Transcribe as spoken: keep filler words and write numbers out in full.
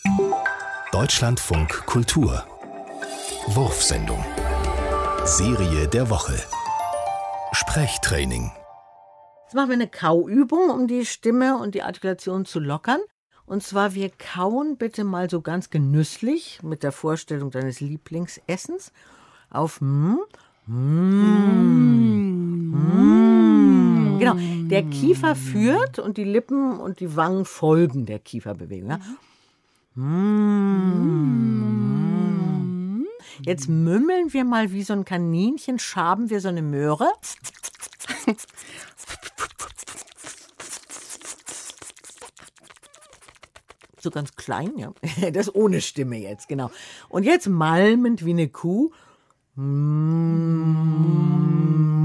Deutschlandfunk Kultur Wurfsendung Serie der Woche Sprechtraining. Jetzt machen wir eine Kauübung, um die Stimme und die Artikulation zu lockern. Und zwar, wir kauen bitte mal so ganz genüsslich mit der Vorstellung deines Lieblingsessens auf mm, mm, mm. Genau, der Kiefer führt und die Lippen und die Wangen folgen der Kieferbewegung. Ja? Mm. Jetzt mümmeln wir mal wie so ein Kaninchen, schaben wir so eine Möhre. So ganz klein, ja. Das ohne Stimme jetzt, genau. Und jetzt malmend wie eine Kuh.